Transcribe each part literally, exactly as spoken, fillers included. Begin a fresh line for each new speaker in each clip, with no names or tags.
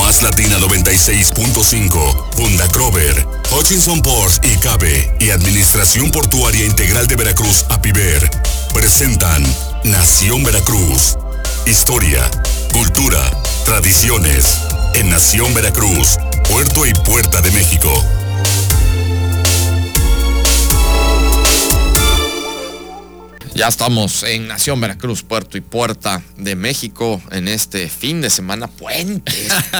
Más Latina noventa y seis punto cinco, Honda Crover, Hutchinson Ports y Cabe y Administración Portuaria Integral de Veracruz, APIVER, presentan Nación Veracruz. Historia, cultura, tradiciones. En Nación Veracruz, Puerto y Puerta de México.
Ya estamos en Nación Veracruz, Puerto y Puerta de México en este fin de semana puente.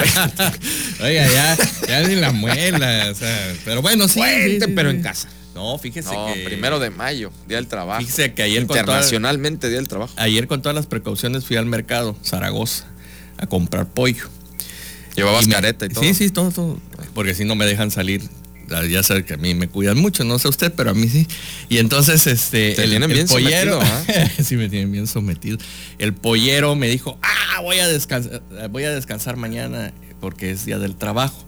Oiga, ya, ya ni la muela, o sea, pero bueno, sí.
Puente,
sí, sí,
pero
sí.
en casa.
No, fíjese
No,
que...
primero de mayo, Día del Trabajo.
Fíjese que ayer con
Internacionalmente toda, Día del Trabajo.
Ayer con todas las precauciones fui al mercado, Zaragoza, a comprar pollo.
¿Llevabas
y me,
careta y todo?
Sí, sí, todo, todo. Porque si no me dejan salir. Ya sabe que a mí me cuidan mucho, no sé usted, pero a mí sí. Y entonces, este,
Te
el,
tienen
el
bien
pollero,
sometido, ¿eh?
sí me tienen bien sometido. El pollero me dijo, ah, voy a descansar, voy a descansar mañana porque es Día del Trabajo.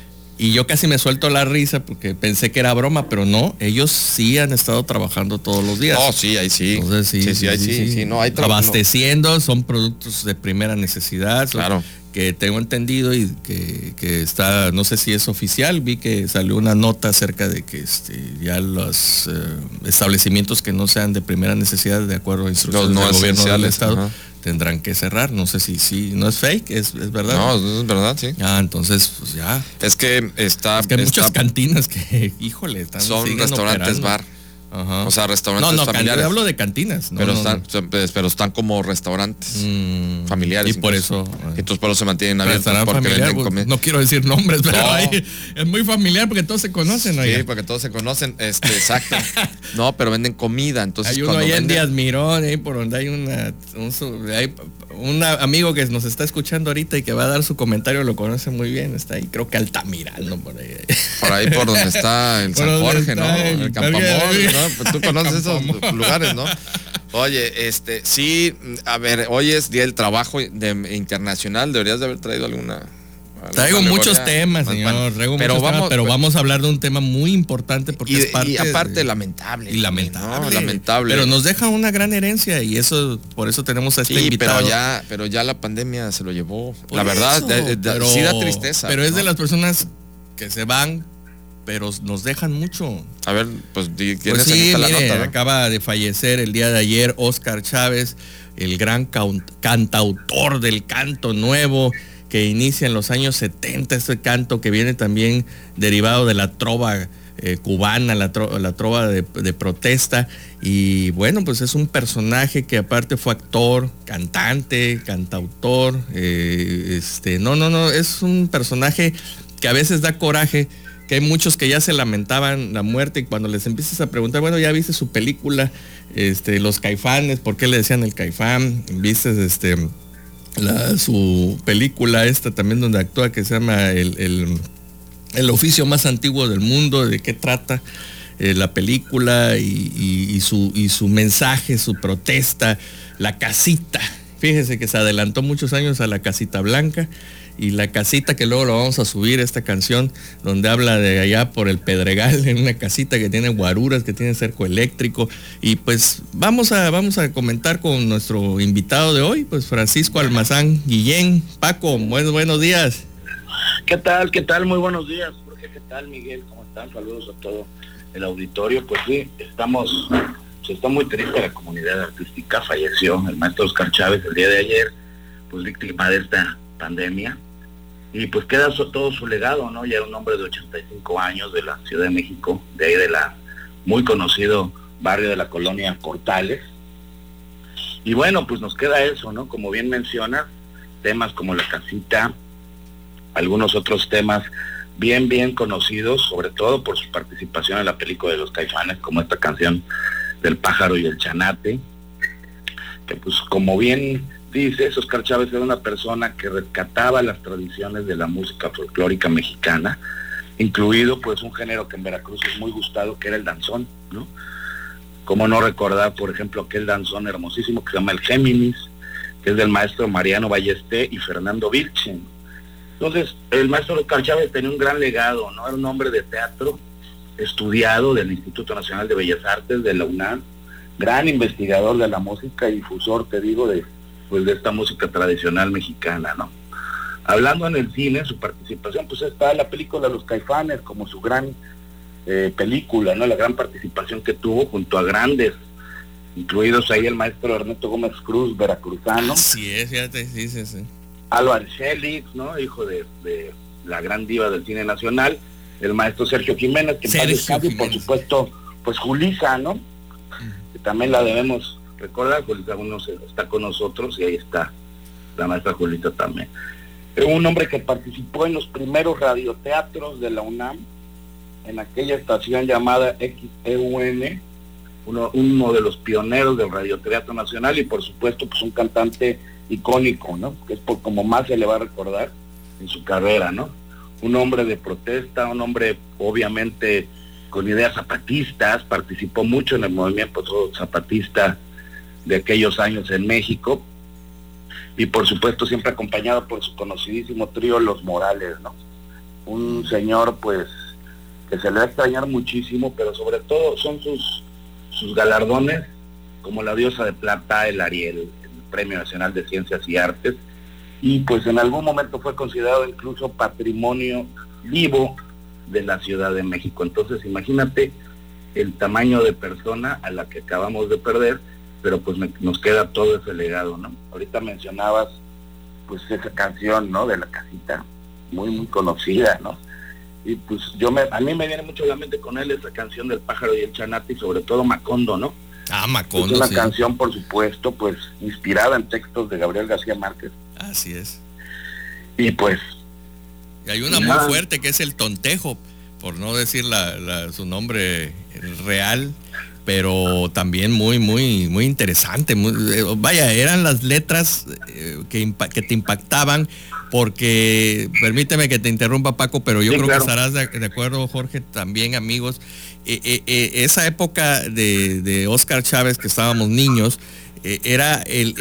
Y yo casi me suelto la risa porque pensé que era broma, pero no, ellos sí han estado trabajando todos los días.
No, sí, ahí sí.
Entonces, sí,
sí, sí,
sí,
ahí
sí,
sí,
sí.
sí, no, hay tra-
abasteciendo, son productos de primera necesidad.
Claro.
Que tengo entendido y que, que está, no sé si es oficial, vi que salió una nota acerca de que este, ya los eh, establecimientos que no sean de primera necesidad, de acuerdo a instrucciones
Los no
del gobierno del estado,
ajá.
tendrán que cerrar. No sé si sí, no es fake, es, es verdad.
No, es verdad, sí.
Ah, entonces, pues ya.
Es que está...
Es que hay
está,
muchas cantinas que, híjole, están,
son restaurantes
operando.
bar.
Ajá.
O sea, restaurantes
no, no,
familiares.
Yo hablo de cantinas. No,
pero,
no,
están,
no.
son- pero están como restaurantes mm, familiares.
Y por
incluso.
eso.
Y entonces por eso se mantienen abiertos
Restaurante
porque
familiar,
venden
pues,
comida.
no quiero decir nombres, pero
No.
ahí es muy familiar porque todos se conocen.
Sí,
Oiga.
porque todos se conocen, este, exacto. No, pero venden comida, entonces
Hay uno
cuando
ahí en
venden...
Díaz Mirón, ahí por donde hay una, un, su- hay un amigo que nos está escuchando ahorita y que va a dar su comentario, lo conoce muy bien, está ahí, creo que Altamirano, por ahí.
Por ahí por donde está el
Por
San
donde
Jorge,
está
¿no?
el
El
parque
Campamón,
de-
¿no? Pues tú conoces esos
Campamón.
lugares, ¿no? Oye, este, sí, a ver, hoy es Día del Trabajo de, Internacional, deberías de haber traído alguna...
Traigo
alguna
muchos
alegoría.
temas,
Bueno,
señor. Traigo
pero
muchos
vamos,
temas, pero vamos a hablar de un tema muy importante porque
y,
es parte
y aparte
de-
lamentable.
y lamentable,
¿no? Lamentable.
Pero nos deja una gran herencia y eso, por eso tenemos a este
sí,
invitado.
pero ya, pero ya la pandemia se lo llevó.
Por
la verdad,
eso,
de- de-
pero-
sí da tristeza.
Pero es
¿no?
de las personas que se van, pero nos dejan mucho.
A ver, pues di-
Pues
tienes
sí,
ahí está la
mire,
nota, ¿no?
acaba de fallecer el día de ayer Óscar Chávez, el gran caun- cantautor del canto nuevo que inicia en los años setenta, este canto que viene también derivado de la trova eh, cubana, la, tro- la trova de, de protesta, y bueno, pues es un personaje que aparte fue actor, cantante, cantautor, eh, este, no, no, no, es un personaje que a veces da coraje, que hay muchos que ya se lamentaban la muerte y cuando les empiezas a preguntar, bueno, ya viste su película, este, Los Caifanes, ¿por qué le decían el Caifán? ¿Viste este, la, su película esta también donde actúa que se llama el, el, el oficio más antiguo del mundo? ¿De qué trata eh, la película y, y, y, su, y su mensaje, su protesta? La casita, fíjese que se adelantó muchos años a la casita blanca. Y la casita que luego lo vamos a subir, esta canción donde habla de allá por el Pedregal, en una casita que tiene guaruras, que tiene cerco eléctrico. Y pues vamos a, vamos a comentar con nuestro invitado de hoy, pues Francisco Almazán Guillén. Paco, buenos, buenos días.
¿Qué tal? ¿Qué tal? Muy buenos días, Jorge. ¿Qué tal, Miguel? ¿Cómo están? Saludos a todo el auditorio. Pues sí, estamos, pues está muy triste la comunidad artística. Falleció el maestro Óscar Chávez el día de ayer, pues víctima de esta pandemia. Y pues queda su, todo su legado, ¿no? Ya era un hombre de ochenta y cinco años de la Ciudad de México, de ahí de la muy conocido barrio de la colonia Portales. Y bueno, pues nos queda eso, ¿no? Como bien mencionas, temas como la casita, algunos otros temas bien, bien conocidos, sobre todo por su participación en la película de Los Caifanes, como esta canción del pájaro y el chanate, que pues como bien dices, Óscar Chávez era una persona que rescataba las tradiciones de la música folclórica mexicana, incluido pues un género que en Veracruz es muy gustado, que era el danzón, ¿no? Cómo no recordar, por ejemplo, aquel danzón hermosísimo que se llama el Géminis, que es del maestro Mariano Ballesté y Fernando Vilchen. Entonces, el maestro Óscar Chávez tenía un gran legado, ¿no? Era un hombre de teatro, estudiado del Instituto Nacional de Bellas Artes, de la UNAM, gran investigador de la música y difusor, te digo, de pues de esta música tradicional mexicana, ¿no? Hablando en el cine, su participación, pues está la película Los Caifanes, como su gran eh, película, ¿no? La gran participación que tuvo junto a grandes, incluidos ahí el maestro Ernesto Gómez Cruz, veracruzano.
Así es, fíjate, sí, sí, sí.
Álvaro Shellix, ¿no? Hijo de, de la gran diva del cine nacional, el maestro Sergio Jiménez, que
Sergio
descanse, y por supuesto, pues Julissa, ¿no? Que también la debemos recordar. Julissa uno se, está con nosotros y ahí está la maestra Julissa también. Un hombre que participó en los primeros radioteatros de la UNAM, en aquella estación llamada X E U N, uno, uno de los pioneros del radioteatro nacional, y por supuesto pues un cantante icónico, ¿no? Que es por como más se le va a recordar en su carrera, ¿no? Un hombre de protesta, un hombre obviamente con ideas zapatistas, participó mucho en el movimiento zapatista de aquellos años en México, y por supuesto siempre acompañado por su conocidísimo trío Los Morales, ¿no? Un señor pues que se le va a extrañar muchísimo, pero sobre todo son sus sus galardones, como la Diosa de Plata, el Ariel, el Premio Nacional de Ciencias y Artes, y pues en algún momento fue considerado incluso patrimonio vivo de la Ciudad de México. Entonces imagínate el tamaño de persona a la que acabamos de perder, pero pues me, nos queda todo ese legado, ¿no? Ahorita mencionabas pues esa canción, ¿no? De La Casita, muy muy conocida, ¿no? Y pues yo me, a mí me viene mucho a la mente con él esa canción del Pájaro y el Chanate, y sobre todo Macondo, ¿no?
Ah, Macondo,
es una
sí.
canción, por supuesto, pues inspirada en textos de Gabriel García Márquez.
Así es.
Y pues...
Y hay una
y
muy
nada.
fuerte que es el Tontejo, por no decir la, la, su nombre real, pero también muy, muy, muy interesante. Muy, eh, vaya, eran las letras eh, que, impa que te impactaban, porque, permíteme que te interrumpa, Paco, pero yo
sí,
creo
claro.
que estarás de, de acuerdo, Jorge, también, amigos. Eh, eh, eh, esa época de, de Óscar Chávez, que estábamos niños, eh, era el,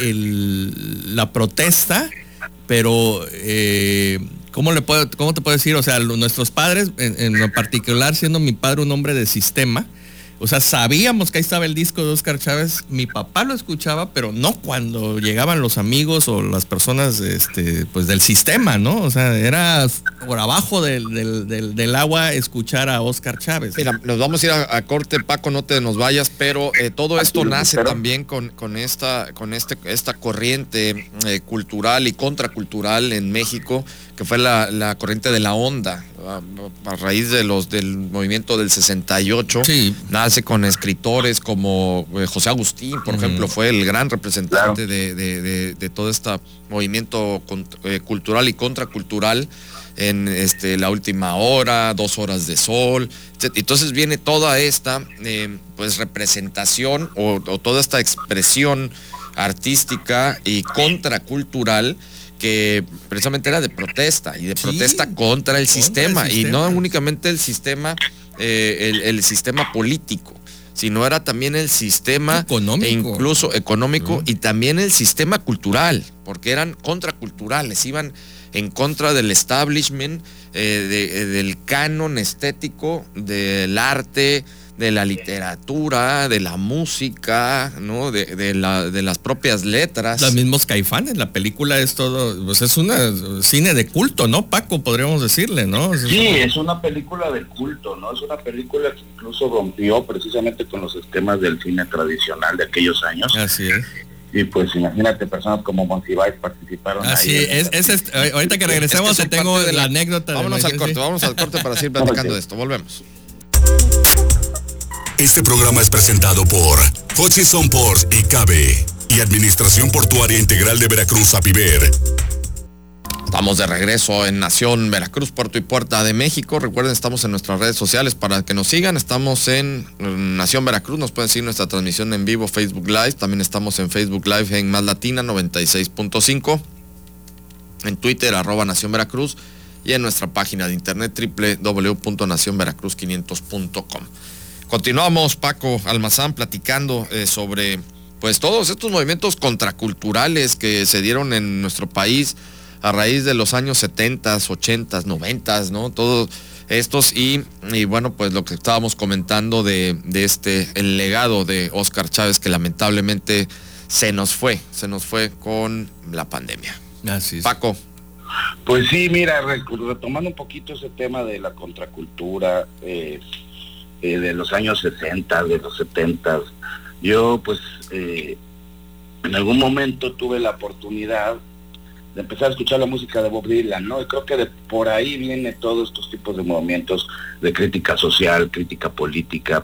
el, la protesta, pero... Eh, ¿Cómo, le puedo, ¿Cómo te puedo decir? O sea, nuestros padres, en, en lo particular, siendo mi padre un hombre de sistema, o sea, sabíamos que ahí estaba el disco de Óscar Chávez, mi papá lo escuchaba, pero no cuando llegaban los amigos o las personas este, pues del sistema, ¿no? O sea, era por abajo del, del, del, del agua escuchar a Óscar Chávez.
Mira, nos vamos a ir a, a corte, Paco, no te nos vayas, pero eh, todo esto nace también con, con esta, con este, esta corriente eh, cultural y contracultural en México, que fue la, la corriente de la onda, a, a raíz de los del movimiento del sesenta y ocho.
Sí.
Nace con escritores como eh, José Agustín, por uh-huh. ejemplo, fue el gran representante claro. de, de, de, de todo este movimiento cont, eh, cultural y contracultural en este, La Última Hora, Dos Horas de Sol. Entonces viene toda esta eh, pues representación o, o toda esta expresión artística y contracultural que precisamente era de protesta y de sí, protesta contra el, contra sistema, el sistema, y no únicamente el sistema, eh, el, el sistema político, sino era también el sistema
económico,
e incluso económico, sí. Y también el sistema cultural, porque eran contraculturales, iban en contra del establishment, eh, de, del canon estético, del arte, de la literatura, de la música, ¿no? De, de, la, de las propias letras.
Los mismos Caifanes, la película es todo, pues es una cine de culto, ¿no, Paco? Podríamos decirle, ¿no?
Sí, es una película de culto, ¿no? Es una película que incluso rompió precisamente con los esquemas del cine tradicional de aquellos años.
Así es.
Y pues imagínate, personas como Monsiváis participaron.
Así
ahí
es, es, es, ahorita que regresemos es que te tengo la, la anécdota.
Vámonos
de
al corte, vámonos al corte para seguir platicando de esto, volvemos.
Este programa es presentado por Hutchison Ports y Cabe y Administración Portuaria Integral de Veracruz, APIVER.
Estamos de regreso en Nación Veracruz, Puerto y Puerta de México. Recuerden, estamos en nuestras redes sociales para que nos sigan. Estamos en Nación Veracruz, nos pueden seguir nuestra transmisión en vivo, Facebook Live. También estamos en Facebook Live en Más Latina noventa y seis punto cinco. En Twitter, arroba Nación Veracruz. Y en nuestra página de internet, doble u doble u doble u punto nación veracruz quinientos punto com. Continuamos, Paco Almazán, platicando eh, sobre pues todos estos movimientos contraculturales que se dieron en nuestro país a raíz de los años setentas, ochentas, noventas, ¿no? Todos estos y, y bueno, pues lo que estábamos comentando de, de este, el legado de Óscar Chávez, que lamentablemente se nos fue, se nos fue con la pandemia.
Así es.
Paco.
Pues sí, mira, retomando un poquito ese tema de la contracultura, eh, eh, de los años sesenta, de los setenta, yo pues eh, en algún momento tuve la oportunidad de empezar a escuchar la música de Bob Dylan, ¿no? Y creo que de por ahí viene todos estos tipos de movimientos de crítica social, crítica política,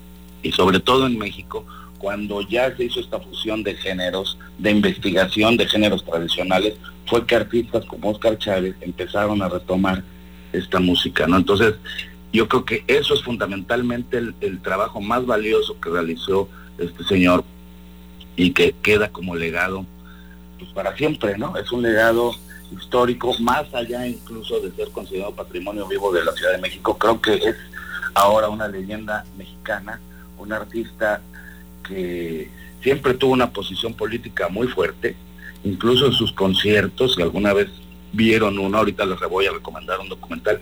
y sobre todo en México, cuando ya se hizo esta fusión de géneros, de investigación de géneros tradicionales, fue que artistas como Óscar Chávez empezaron a retomar esta música, ¿no? Entonces, yo creo que eso es fundamentalmente el, el trabajo más valioso que realizó este señor y que queda como legado, pues para siempre, ¿no? Es un legado histórico, más allá incluso de ser considerado patrimonio vivo de la Ciudad de México. Creo que es ahora una leyenda mexicana, un artista que siempre tuvo una posición política muy fuerte, incluso en sus conciertos, si alguna vez vieron uno, ahorita les voy a recomendar un documental,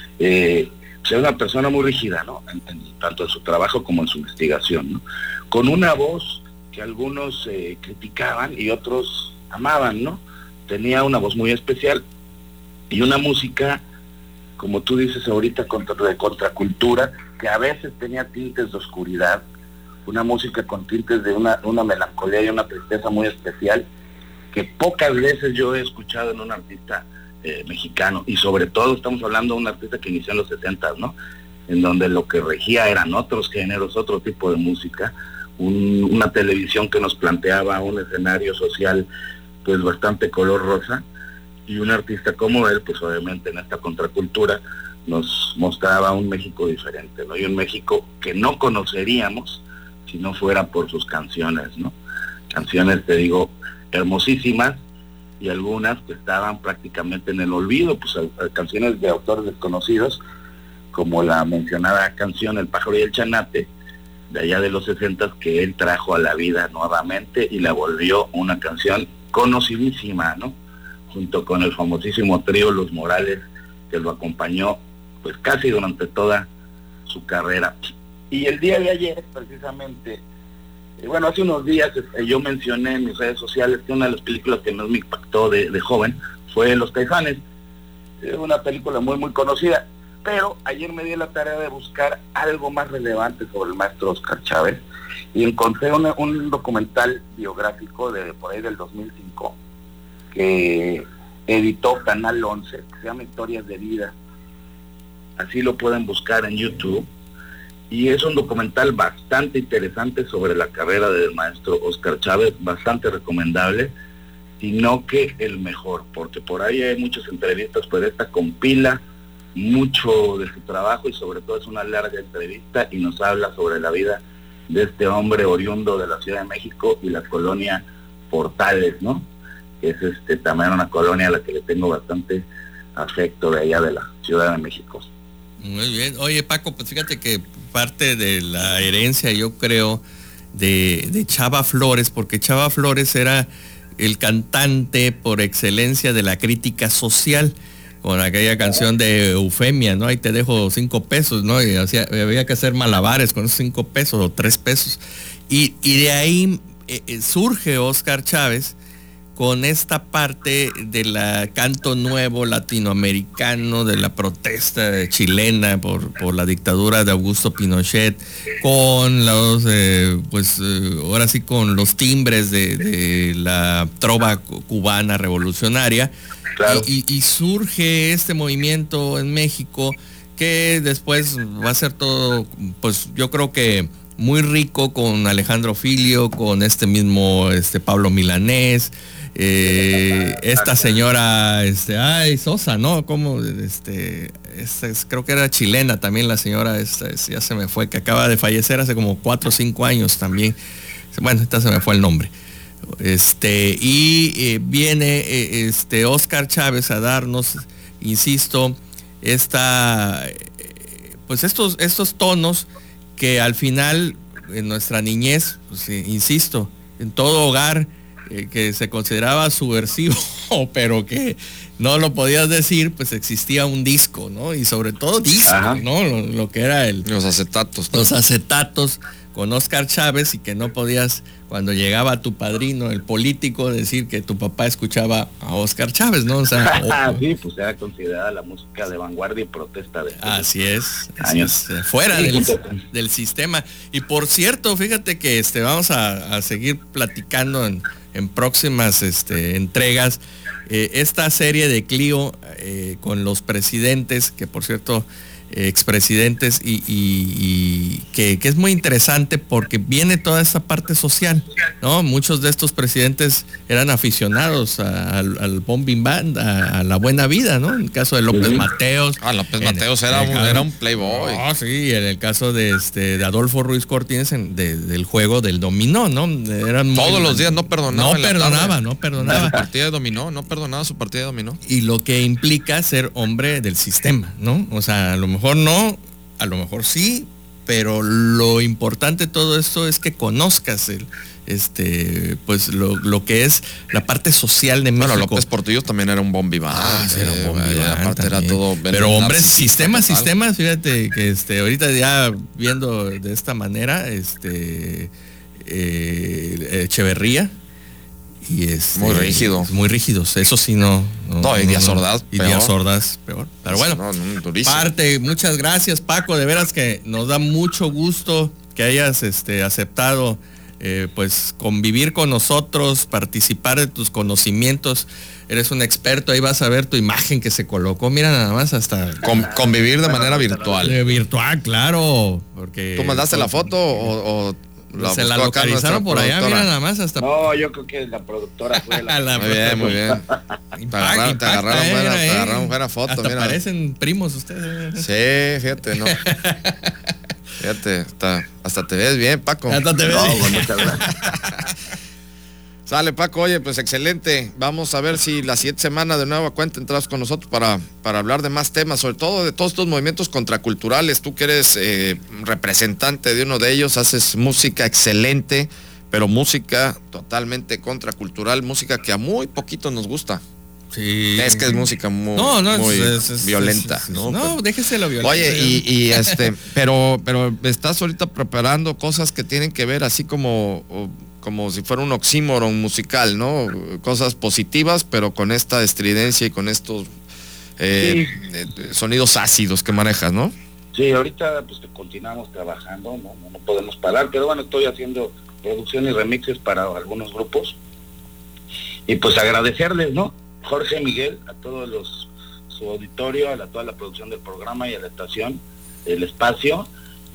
eh, pues era una persona muy rígida, ¿no? En, en, tanto en su trabajo como en su investigación, ¿no? Con una voz que algunos eh, criticaban y otros amaban, ¿no? Tenía una voz muy especial y una música, como tú dices ahorita, contra, de contracultura, que a veces tenía tintes de oscuridad, una música con tintes de una, una melancolía y una tristeza muy especial, que pocas veces yo he escuchado en un artista eh, mexicano, y sobre todo estamos hablando de un artista que inició en los sesentas, ¿no? En donde lo que regía eran otros géneros, otro tipo de música, un, una televisión que nos planteaba un escenario social pues bastante color rosa, y un artista como él, pues obviamente en esta contracultura nos mostraba un México diferente, ¿no? Y un México que no conoceríamos si no fuera por sus canciones, ¿no? Canciones, te digo, hermosísimas, y algunas que estaban prácticamente en el olvido, pues a, a canciones de autores desconocidos, como la mencionada canción El pájaro y el chanate, de allá de los sesentas, que él trajo a la vida nuevamente y la volvió una canción conocidísima, ¿no? Junto con el famosísimo trío Los Morales, que lo acompañó pues casi durante toda su carrera. Y el día de ayer, precisamente, eh, bueno, hace unos días eh, yo mencioné en mis redes sociales que una de las películas que más me impactó de, de joven fue Los Caifanes, eh, una película muy muy conocida, pero ayer me di la tarea de buscar algo más relevante sobre el maestro Óscar Chávez, y encontré una, un documental biográfico de por ahí del dos mil cinco, que editó Canal once, que se llama Historias de Vida. Así lo pueden buscar en YouTube, y es un documental bastante interesante sobre la carrera del maestro Óscar Chávez, bastante recomendable, sino que el mejor, porque por ahí hay muchas entrevistas, pero esta compila mucho de su trabajo, y sobre todo es una larga entrevista y nos habla sobre la vida de este hombre oriundo de la Ciudad de México y la colonia Portales, ¿no? Que es este también una colonia a la que le tengo bastante afecto, de allá de la Ciudad de México.
Muy bien. Oye, Paco, pues fíjate que parte de la herencia, yo creo, de, de Chava Flores, porque Chava Flores era el cantante por excelencia de la crítica social, con aquella canción de Eufemia, ¿no? Ahí te dejo cinco pesos, ¿no? Y hacía, había que hacer malabares con esos cinco pesos o tres pesos. Y, y de ahí eh, surge Óscar Chávez con esta parte de la canto nuevo latinoamericano, de la protesta chilena por, por la dictadura de Augusto Pinochet, con los, eh, pues eh, ahora sí con los timbres de, de la trova cubana revolucionaria. Claro. Y, y, y surge este movimiento en México que después va a ser todo, pues yo creo que muy rico, con Alejandro Filio, con este mismo este Pablo Milanés, eh, esta señora, este, ay, Sosa, ¿no? Como, este, esta, creo que era chilena también la señora, esta, ya se me fue, que acaba de fallecer hace como cuatro o cinco años también. Bueno, esta se me fue el nombre. Este, y eh, viene eh, este Óscar Chávez a darnos, insisto, esta, eh, pues estos, estos tonos que al final en nuestra niñez, pues, eh, insisto, en todo hogar eh, que se consideraba subversivo, pero que no lo podías decir, pues existía un disco, ¿no? Y sobre todo disco, ajá, ¿no? Lo, lo que era el...
Los acetatos, ¿no?
Los acetatos con Óscar Chávez y que no podías, cuando llegaba tu padrino, el político, decir que tu papá escuchaba a Óscar Chávez, ¿no? O sea,
o, sí, pues era considerada la música de vanguardia y protesta de
así es, así es, fuera
sí,
del, del sistema. Y por cierto, fíjate que este vamos a, a seguir platicando en, en próximas este, entregas. Eh, esta serie de Clio eh, con los presidentes, que por cierto, eh, expresidentes, y, y, y que, que es muy interesante porque viene toda esa parte social, ¿no? Muchos de estos presidentes eran aficionados a, al, al bombing band, a, a la buena vida, ¿no? En el caso de López Mateos.
Ah, López Mateos era, un, era un playboy.
Ah, sí, en el caso de este de Adolfo Ruiz Cortines, en, de, del juego del dominó, ¿no? Eran
todos
muy,
los días no perdonaba.
No perdonaba, no perdonaba.
Su partida de dominó, no perdonaba su partida de dominó.
Y lo que implica ser hombre del sistema, ¿no? O sea, a lo mejor no, a lo mejor sí, pero lo importante de todo esto es que conozcas el, este, pues lo, lo que es la parte social de México.
Bueno, López Portillo también era un bombiván.
Ah, sí, era un bombiván,
aparte era todo.
Pero hombre, sistemas, sistemas, fíjate que este, ahorita ya viendo de esta manera, este, eh, Echeverría. Y es
muy rígido.
Muy rígidos, eso sí no.
No, no y Díaz Ordaz.
Y Díaz Ordaz, peor. Pero bueno, no, no, parte, muchas gracias, Paco, de veras que nos da mucho gusto que hayas este, aceptado eh, pues convivir con nosotros, participar de tus conocimientos. Eres un experto, ahí vas a ver tu imagen que se colocó, mira nada más hasta...
Con, convivir de manera virtual.
De virtual, claro. Porque,
¿tú mandaste
pues,
la foto o...? o...
La se la localizaron por allá, mira nada más hasta...
No, yo creo que la productora fue la...
la muy bien, muy bien. Te agarraron, impacta, te agarraron, buena, te agarraron buena foto,
hasta
mira.
parecen primos ustedes.
Sí, fíjate, ¿no? Fíjate, hasta, hasta te ves bien, Paco.
Hasta te ves
no,
bien.
Bueno, muchas gracias.
Sale, Paco, oye, pues excelente. Vamos a ver si la siguiente semana de nueva cuenta entras con nosotros para, para hablar de más temas, sobre todo de todos estos movimientos contraculturales. Tú que eres eh, representante de uno de ellos, haces música excelente, pero música totalmente contracultural, música que a muy poquito nos gusta.
Sí.
Es que es música muy,
no, no,
muy
es, es,
violenta.
Es, es,
no,
no
pero,
déjese lo violento.
Oye, y, y este, pero, pero estás ahorita preparando cosas que tienen que ver así como... O, como si fuera un oxímoron musical, ¿no? Cosas positivas, pero con esta estridencia y con estos eh, sí. eh, sonidos ácidos que manejas, ¿no?
Sí, ahorita pues continuamos trabajando, no, no, no podemos parar, pero bueno, estoy haciendo producción y remixes para algunos grupos. Y pues agradecerles, ¿no? Jorge, Miguel, a todos los, su auditorio, a la, toda la producción del programa y a la estación, el espacio.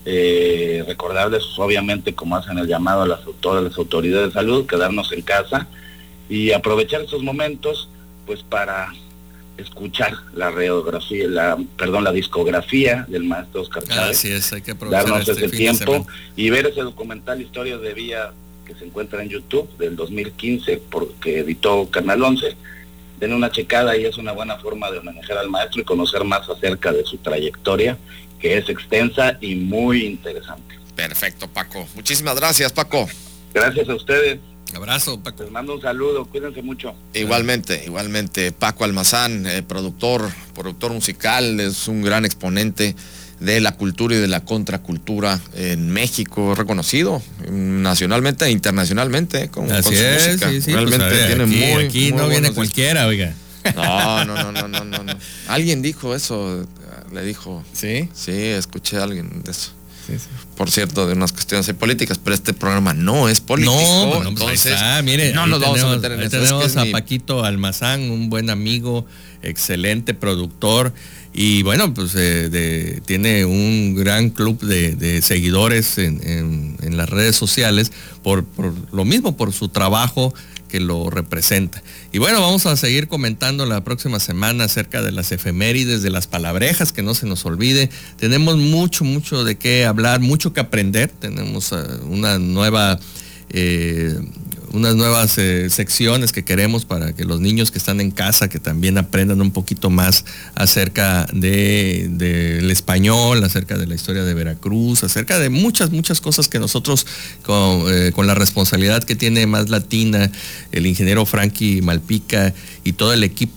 Eh, recordarles obviamente como hacen el llamado a las, todas las autoridades de salud, quedarnos en casa y aprovechar esos momentos pues para escuchar la radiografía, la, perdón, la discografía del maestro Óscar Chávez.
Así es, hay que aprovechar
darnos
este
ese tiempo y ver ese documental Historia de Vía que se encuentra en YouTube del dos mil quince porque editó Canal once. Den una checada y es una buena forma de homenajear al maestro y conocer más acerca de su trayectoria, que es extensa y muy interesante.
Perfecto, Paco. Muchísimas gracias, Paco.
Gracias a ustedes.
Abrazo, Paco.
Les mando un saludo, cuídense mucho.
Igualmente, igualmente. Paco Almazán, eh, productor, productor musical, es un gran exponente de la cultura y de la contracultura en México, reconocido nacionalmente e internacionalmente con,
Así
con su
es,
música.
sí, sí,
realmente
pues, ver,
tiene
aquí,
muy
aquí
muy
no viene
buenos
cualquiera, oiga.
No, no, no, no, no, no, no. Alguien dijo eso, le dijo.
¿Sí?
Sí, escuché a alguien de eso.
Sí, sí.
Por cierto, de unas cuestiones políticas, pero este programa no es político.
No, bueno,
entonces,
pues ahí está, mire,
no
ahí
nos
tenemos,
vamos a meter en
ahí
eso.
tenemos
es que
a
mi...
Paquito Almazán, un buen amigo, excelente productor, y bueno, pues eh, de, tiene un gran club de, de seguidores en, en, en las redes sociales, por, por lo mismo, por su trabajo que lo representa. Y bueno, vamos a seguir comentando la próxima semana acerca de las efemérides, de las palabrejas, que no se nos olvide. Tenemos mucho, mucho de qué hablar, mucho que aprender. Tenemos uh, una nueva, eh, unas nuevas eh, secciones que queremos para que los niños que están en casa, que también aprendan un poquito más acerca de, de el español, acerca de la historia de Veracruz, acerca de muchas, muchas cosas que nosotros, con, eh, con la responsabilidad que tiene Más Latina, el ingeniero Frankie Malpica y todo el equipo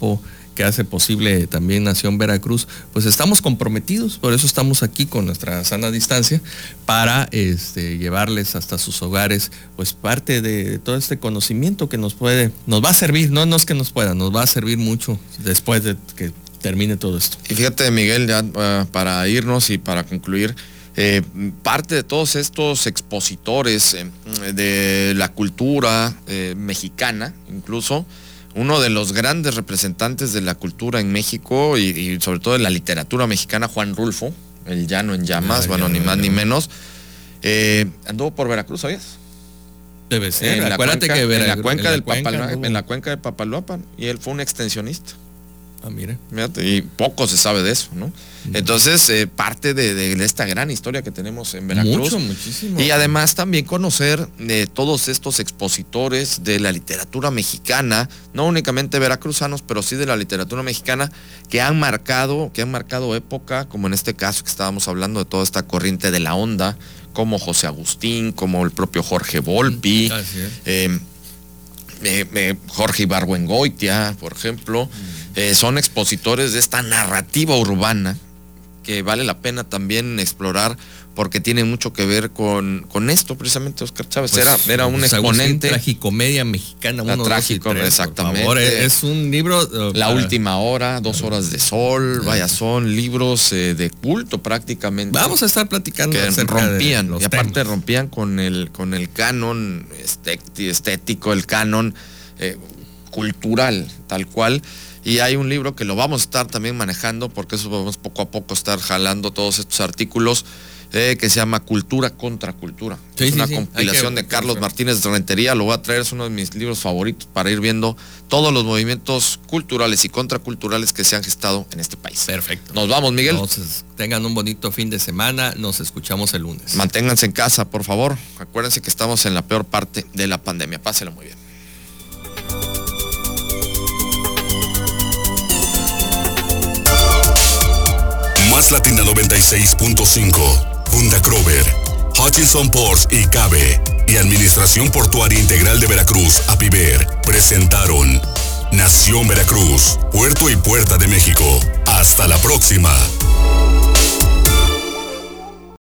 que hace posible también Nación Veracruz, pues estamos comprometidos, por eso estamos aquí con nuestra sana distancia, para este, llevarles hasta sus hogares, pues parte de todo este conocimiento que nos puede, nos va a servir, no, no es que nos pueda, nos va a servir mucho después de que termine todo esto.
Y fíjate, Miguel, ya uh, para irnos y para concluir, eh, parte de todos estos expositores eh, de la cultura eh, mexicana, incluso, uno de los grandes representantes de la cultura en México y, y sobre todo de la literatura mexicana, Juan Rulfo, el Llano en Llamas, ah, bueno, ni más ni menos, eh, anduvo por Veracruz, ¿sabías?
Debe ser,
en
acuérdate
la cuenca,
que Vera,
en la cuenca
en la
del
cuenca,
Papal,
no,
en la cuenca de Papaloapan, y él fue un extensionista.
Ah, mira.
Fíjate, y poco se sabe de eso, ¿no? Entonces, eh, parte de, de, de esta gran historia que tenemos en Veracruz.
Mucho, muchísimo.
Y además también conocer de todos estos expositores de la literatura mexicana, no únicamente veracruzanos, pero sí de la literatura mexicana, que han marcado, que han marcado época, como en este caso que estábamos hablando de toda esta corriente de la onda, como José Agustín, como el propio Jorge Volpi,
mm, así es.
eh, eh, eh, Jorge Ibargüengoitia, por ejemplo. Mm. Eh, son expositores de esta narrativa urbana que vale la pena también explorar porque tiene mucho que ver con, con esto precisamente. Óscar Chávez pues, era, era un pues, exponente.
Tragicomedia mexicana, uno,
trágico,
dos y tres,
exactamente.
Por favor, es un libro. Uh,
La
para...
última hora, Dos horas de sol, uh, vaya, son libros eh, de culto prácticamente.
Vamos a estar platicando.
Que rompían,
de
y aparte
temas.
rompían con el, con el canon estético, el canon eh, cultural, tal cual. Y hay un libro que lo vamos a estar también manejando, porque eso vamos poco a poco estar jalando todos estos artículos, eh, que se llama Cultura contra Cultura. Sí, es sí, una sí. compilación que, de Carlos Martínez de Rentería, lo voy a traer, es uno de mis libros favoritos para ir viendo todos los movimientos culturales y contraculturales que se han gestado en este país.
Perfecto.
Nos vamos, Miguel.
Entonces, tengan un bonito fin de semana, nos escuchamos el lunes.
Manténganse en casa, por favor. Acuérdense que estamos en la peor parte de la pandemia. Pásela muy bien.
Más Latina noventa y seis punto cinco, Funda Krover, Hutchinson Ports y Cabe y Administración Portuaria Integral de Veracruz, APIVER, presentaron Nación Veracruz, Puerto y Puerta de México. Hasta la próxima.